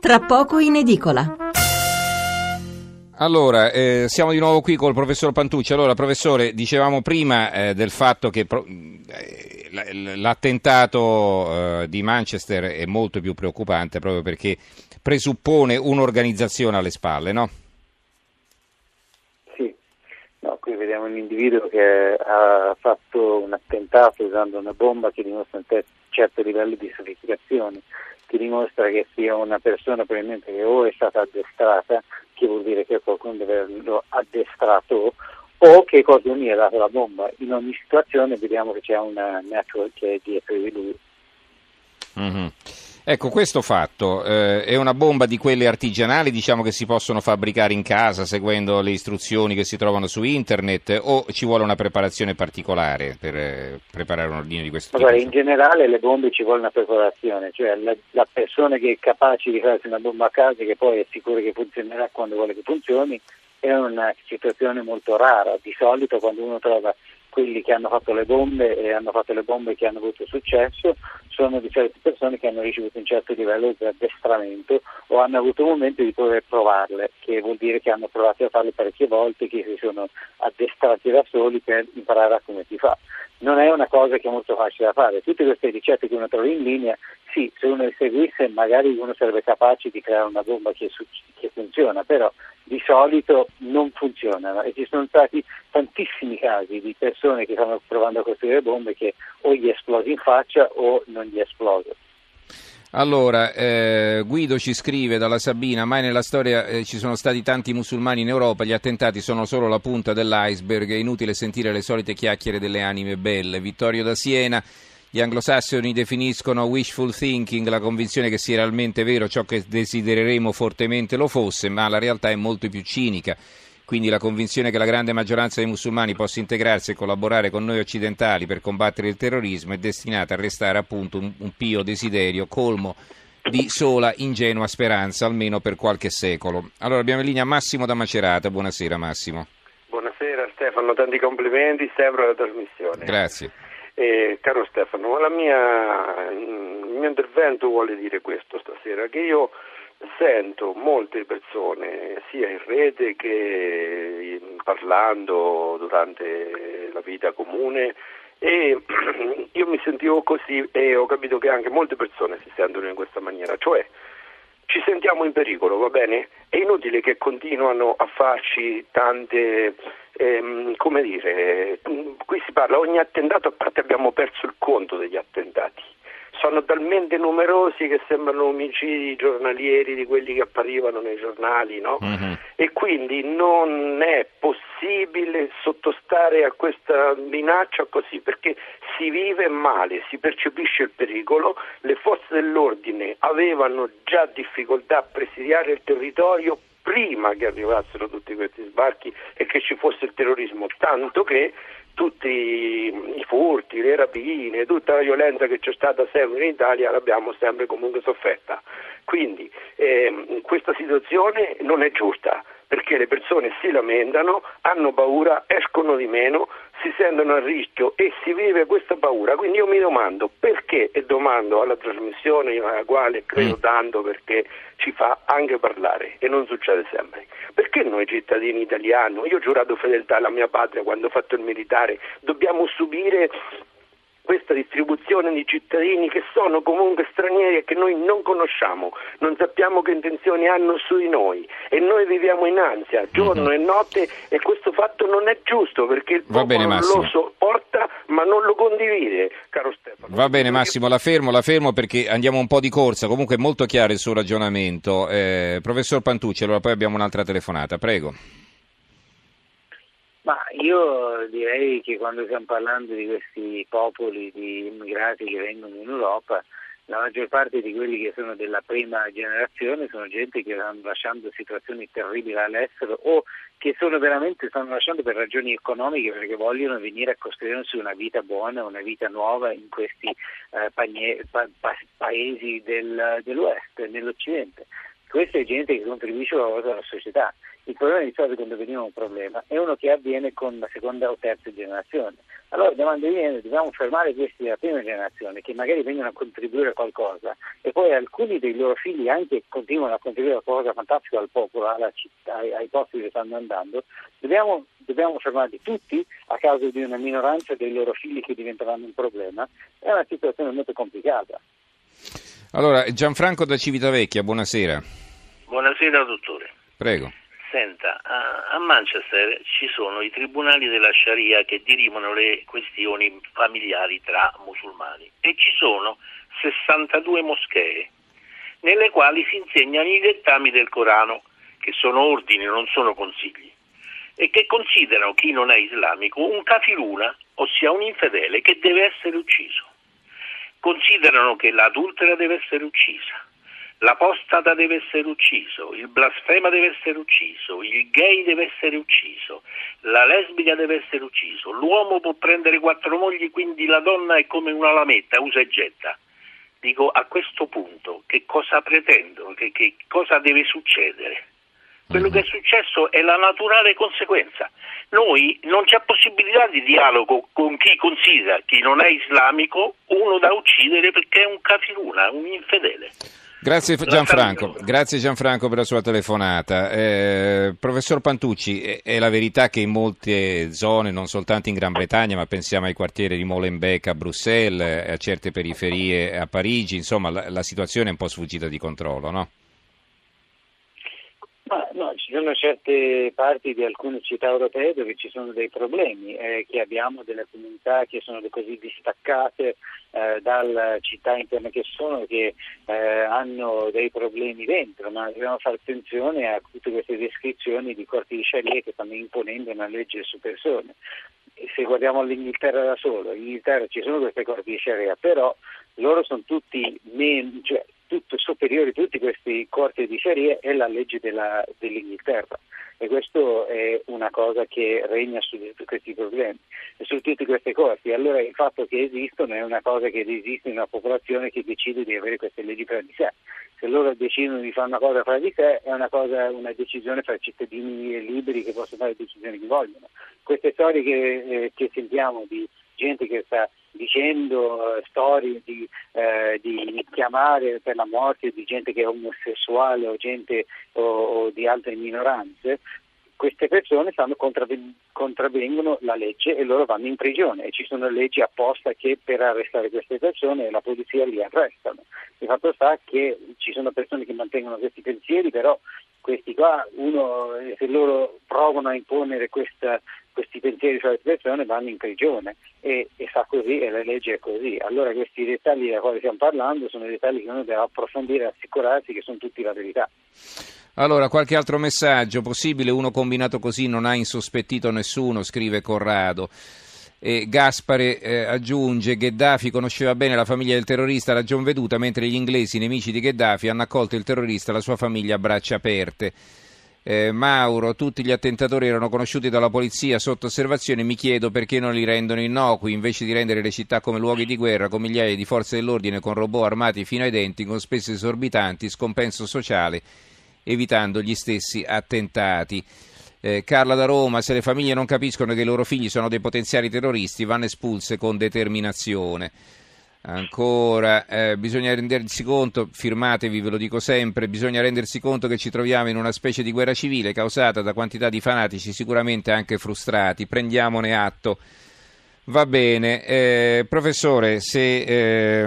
tra poco in edicola. Allora, siamo di nuovo qui col professor Pantucci. Allora, professore, dicevamo prima del fatto che l'attentato di Manchester è molto più preoccupante proprio perché presuppone un'organizzazione alle spalle, no? Sì, no, qui vediamo un individuo che ha fatto un attentato usando una bomba che dimostra un certo livello di sofisticazione, che dimostra che sia una persona probabilmente che o è stata addestrata, che vuol dire che qualcuno deve averlo addestrato, o che qualcuno gli ha dato la bomba. In ogni situazione vediamo che c'è una network che è dietro di lui. Mm-hmm. Ecco, questo fatto è una bomba di quelle artigianali, diciamo, che si possono fabbricare in casa seguendo le istruzioni che si trovano su internet, o ci vuole una preparazione particolare per preparare un ordine di questo tipo? In generale le bombe ci vuole una preparazione, cioè la persona che è capace di farsi una bomba a casa, che poi è sicura che funzionerà quando vuole che funzioni, è una situazione molto rara. Di solito quando uno trova quelli che hanno fatto le bombe e hanno fatto le bombe che hanno avuto successo sono di solito persone che hanno ricevuto un certo livello di addestramento o hanno avuto un momento di poter provarle, che vuol dire che hanno provato a farle parecchie volte, che si sono addestrati da soli per imparare a come si fa. Non è una cosa che è molto facile da fare. Tutte queste ricette che uno trova in linea, sì, se uno le seguisse magari uno sarebbe capace di creare una bomba che funziona, però di solito non funzionano e ci sono stati tantissimi casi di persone che stanno provando a costruire bombe che o gli esplosi in faccia o non gli esplodono. Allora, Guido ci scrive dalla Sabina: mai nella storia ci sono stati tanti musulmani in Europa, gli attentati sono solo la punta dell'iceberg, è inutile sentire le solite chiacchiere delle anime belle. Vittorio da Siena: gli anglosassoni definiscono wishful thinking la convinzione che sia realmente vero ciò che desidereremo fortemente lo fosse, ma la realtà è molto più cinica. Quindi la convinzione che la grande maggioranza dei musulmani possa integrarsi e collaborare con noi occidentali per combattere il terrorismo è destinata a restare appunto un pio desiderio colmo di sola ingenua speranza, almeno per qualche secolo. Allora abbiamo in linea Massimo da Macerata. Buonasera Massimo. Buonasera Stefano, tanti complimenti sempre alla trasmissione. Grazie. Caro Stefano, il mio intervento vuole dire questo stasera, che io sento molte persone sia in rete che parlando durante la vita comune, e io mi sentivo così e ho capito che anche molte persone si sentono in questa maniera, cioè ci sentiamo in pericolo, va bene? È inutile che continuano a farci tante, qui si parla, ogni attentato, a parte abbiamo perso il conto degli attentati, sono talmente numerosi che sembrano omicidi giornalieri di quelli che apparivano nei giornali, no? Mm-hmm. E quindi non è possibile sottostare a questa minaccia così, perché si vive male, si percepisce il pericolo, le forze dell'ordine avevano già difficoltà a presidiare il territorio prima che arrivassero tutti questi sbarchi e che ci fosse il terrorismo, tanto che tutti i furti, le rapine, tutta la violenza che c'è stata sempre in Italia l'abbiamo sempre comunque sofferta. Quindi questa situazione non è giusta, perché le persone si lamentano, hanno paura, escono di meno, si sentono a rischio e si vive questa paura. Quindi io mi domando perché, e domando alla trasmissione alla quale credo tanto perché ci fa anche parlare e non succede sempre, perché noi cittadini italiani, io ho giurato fedeltà alla mia patria quando ho fatto il militare, dobbiamo subire questa distribuzione di cittadini che sono comunque stranieri e che noi non conosciamo, non sappiamo che intenzioni hanno su di noi e noi viviamo in ansia giorno e notte, e questo fatto non è giusto perché il popolo lo sopporta ma non lo condivide, caro Stefano. Va bene Massimo, la fermo perché andiamo un po' di corsa, comunque è molto chiaro il suo ragionamento. Professor Pantucci, allora poi abbiamo un'altra telefonata, prego. Ma io direi che quando stiamo parlando di questi popoli di immigrati che vengono in Europa, la maggior parte di quelli che sono della prima generazione sono gente che stanno lasciando situazioni terribili all'estero o che stanno lasciando per ragioni economiche, perché vogliono venire a costruirsi una vita buona, una vita nuova in questi paesi dell'Ouest, nell'Occidente. Questa è gente che contribuisce alla società. Il problema di solito quando veniva un problema è uno che avviene con la seconda o terza generazione. Allora la domanda viene, dobbiamo fermare questi della prima generazione che magari vengono a contribuire a qualcosa e poi alcuni dei loro figli anche continuano a contribuire a qualcosa fantastico al popolo, alla città, ai posti che stanno andando. Dobbiamo fermarli tutti a causa di una minoranza dei loro figli che diventeranno un problema. È una situazione molto complicata. Allora, Gianfranco da Civitavecchia, buonasera. Buonasera dottore. Prego. Senta, a Manchester ci sono i tribunali della Sharia che dirimono le questioni familiari tra musulmani e ci sono 62 moschee nelle quali si insegnano i dettami del Corano, che sono ordini, non sono consigli, e che considerano chi non è islamico un kafiruna, ossia un infedele che deve essere ucciso. Considerano che l'adultera deve essere uccisa, l'apostata deve essere ucciso, il blasfema deve essere ucciso, il gay deve essere ucciso, la lesbica deve essere ucciso, l'uomo può prendere 4 mogli, quindi la donna è come una lametta, usa e getta. Dico, a questo punto che cosa pretendono, che cosa deve succedere? Quello che è successo è la naturale conseguenza. Noi non c'è possibilità di dialogo con chi considera chi non è islamico uno da uccidere perché è un kafiruna, un infedele. Grazie Gianfranco per la sua telefonata. Professor Pantucci, è la verità che in molte zone, non soltanto in Gran Bretagna, ma pensiamo ai quartieri di Molenbeek a Bruxelles, a certe periferie a Parigi, insomma la situazione è un po' sfuggita di controllo, no? No, ci sono certe parti di alcune città europee dove ci sono dei problemi, che abbiamo delle comunità che sono così distaccate dalle città interne che sono, che hanno dei problemi dentro, ma dobbiamo fare attenzione a tutte queste descrizioni di corti di Sharia che stanno imponendo una legge su persone. Se guardiamo l'Inghilterra da solo, in Inghilterra ci sono queste corti di Sharia, però loro sono tutti tutto superiori, tutti questi corti di Sharia è la legge dell'Inghilterra, e questo è una cosa che regna su tutti questi problemi e su tutte queste corti. Allora il fatto che esistono è una cosa che esiste in una popolazione che decide di avere queste leggi fra di sé. Se loro decidono di fare una cosa fra di sé è una decisione fra cittadini liberi che possono fare le decisioni che vogliono. Queste storie che sentiamo di gente che sta dicendo storie di chiamare per la morte di gente che è omosessuale o gente o di altre minoranze, queste persone contravvengono la legge e loro vanno in prigione, e ci sono leggi apposta che per arrestare queste persone la polizia li arrestano. Il fatto sta che ci sono persone che mantengono questi pensieri, però questi qua, se loro provano a imponere questi pensieri sulle persone, vanno in prigione e fa così, e la legge è così. Allora questi dettagli dei quali stiamo parlando sono dettagli che uno deve approfondire e assicurarsi che sono tutti la verità. Allora, qualche altro messaggio possibile? Uno combinato così non ha insospettito nessuno, scrive Corrado. E Gaspare aggiunge: Gheddafi conosceva bene la famiglia del terrorista, ragion veduta, mentre gli inglesi, nemici di Gheddafi, hanno accolto il terrorista e la sua famiglia a braccia aperte. Mauro: tutti gli attentatori erano conosciuti dalla polizia sotto osservazione, mi chiedo perché non li rendono innocui invece di rendere le città come luoghi di guerra con migliaia di forze dell'ordine con robot armati fino ai denti, con spese esorbitanti, scompenso sociale, evitando gli stessi attentati. Carla da Roma: se le famiglie non capiscono che i loro figli sono dei potenziali terroristi, vanno espulse con determinazione. Ancora, bisogna rendersi conto, firmatevi, ve lo dico sempre, bisogna rendersi conto che ci troviamo in una specie di guerra civile causata da quantità di fanatici sicuramente anche frustrati, prendiamone atto. Va bene, professore, se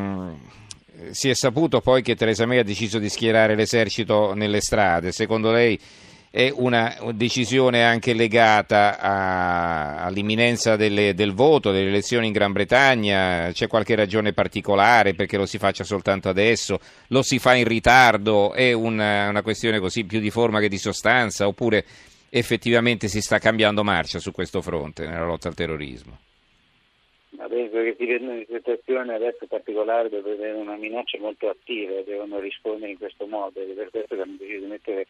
si è saputo poi che Theresa May ha deciso di schierare l'esercito nelle strade, secondo lei è una decisione anche legata all'imminenza del voto, delle elezioni in Gran Bretagna? C'è qualche ragione particolare perché lo si faccia soltanto adesso? Lo si fa in ritardo? È una questione così più di forma che di sostanza? Oppure effettivamente si sta cambiando marcia su questo fronte nella lotta al terrorismo? Penso che si vedono in situazione adesso particolare dove avere una minaccia molto attiva e devono rispondere in questo modo, ed è per questo che hanno deciso di mettere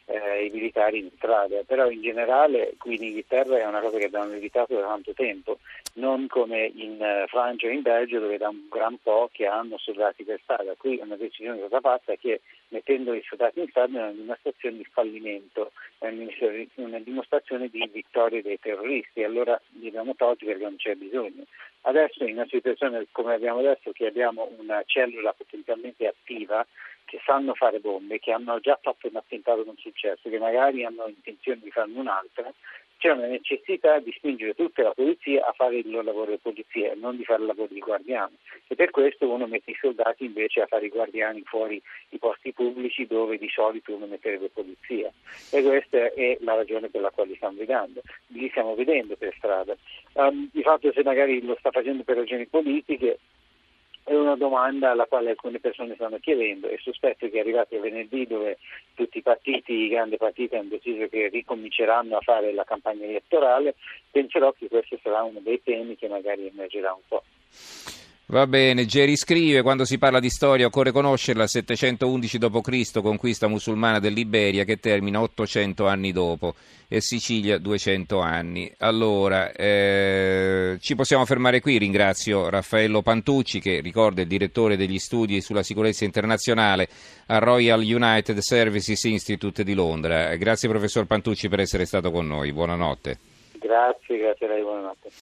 i militari in strada, però in generale qui in Inghilterra è una cosa che abbiamo evitato da tanto tempo, non come in Francia e in Belgio dove da un gran po' che hanno soldati per strada. Qui è una decisione stata fatta che mettendo i soldati in strada è una dimostrazione di fallimento, è una dimostrazione di vittoria dei terroristi, allora li abbiamo tolti perché non c'è bisogno. Adesso in una situazione come abbiamo adesso, che abbiamo una cellula potenzialmente attiva che sanno fare bombe, che hanno già fatto un attentato con successo, che magari hanno intenzione di farne un'altra, c'è una necessità di spingere tutta la polizia a fare il loro lavoro di polizia e non di fare il lavoro di guardiano, e per questo uno mette i soldati invece a fare i guardiani fuori i posti pubblici dove di solito uno metterebbe polizia, e questa è la ragione per la quale li stiamo vedendo per strada. Di fatto, se magari lo sta facendo per ragioni politiche, è una domanda alla quale alcune persone stanno chiedendo, e sospetto che arrivati a venerdì, dove tutti i grandi partiti hanno deciso che ricominceranno a fare la campagna elettorale, penserò che questo sarà uno dei temi che magari emergerà un po'. Va bene, Geri scrive: quando si parla di storia occorre conoscerla. 711 d.C. conquista musulmana dell'Iberia che termina 800 anni dopo, e Sicilia 200 anni. Allora, ci possiamo fermare qui. Ringrazio Raffaello Pantucci, che ricorda il direttore degli studi sulla sicurezza internazionale al Royal United Services Institute di Londra. Grazie professor Pantucci per essere stato con noi, buonanotte. Grazie a lei, buonanotte.